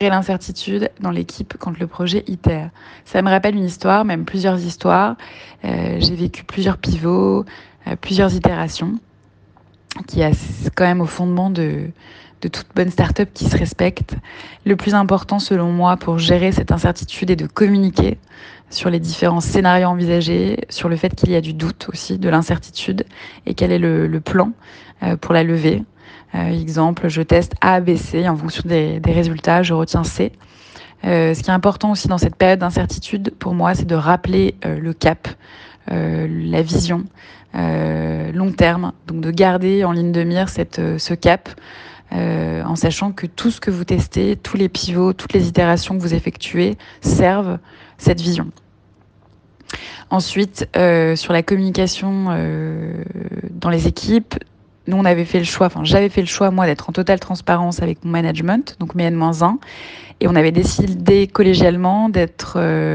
l'incertitude dans l'équipe quand le projet itère. Ça me rappelle une histoire, même plusieurs histoires. J'ai vécu plusieurs pivots, plusieurs itérations, qui est quand même au fondement de toute bonne start-up qui se respecte. Le plus important, selon moi, pour gérer cette incertitude est de communiquer sur les différents scénarios envisagés, sur le fait qu'il y a du doute aussi, de l'incertitude, et quel est le plan pour la lever. Exemple, je teste A, B, C, en fonction des résultats, je retiens C. Ce qui est important aussi dans cette période d'incertitude, pour moi, c'est de rappeler le cap, la vision, long terme, donc de garder en ligne de mire ce cap, en sachant que tout ce que vous testez, tous les pivots, toutes les itérations que vous effectuez servent cette vision. Ensuite, sur la communication dans les équipes, nous, on avait fait le choix, enfin, j'avais fait le choix, moi, d'être en totale transparence avec mon management, donc mes N-1, et on avait décidé collégialement d'être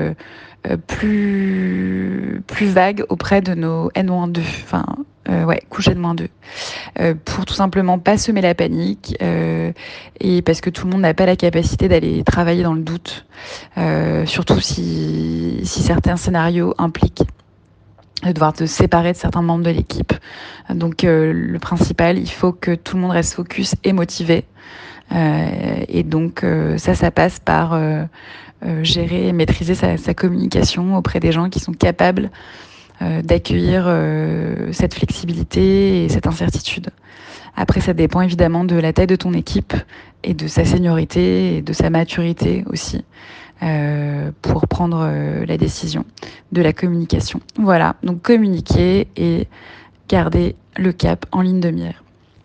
plus vague auprès de nos N-2, enfin, couché de -2, pour tout simplement pas semer la panique, et parce que tout le monde n'a pas la capacité d'aller travailler dans le doute, surtout si certains scénarios impliquent de devoir te séparer de certains membres de l'équipe. Donc le principal, il faut que tout le monde reste focus et motivé. Et donc ça passe par gérer et maîtriser sa communication auprès des gens qui sont capables d'accueillir cette flexibilité et cette incertitude. Après, ça dépend évidemment de la taille de ton équipe et de sa seniorité et de sa maturité aussi, pour prendre la décision de la communication. Voilà, donc communiquer et garder le cap en ligne de mire.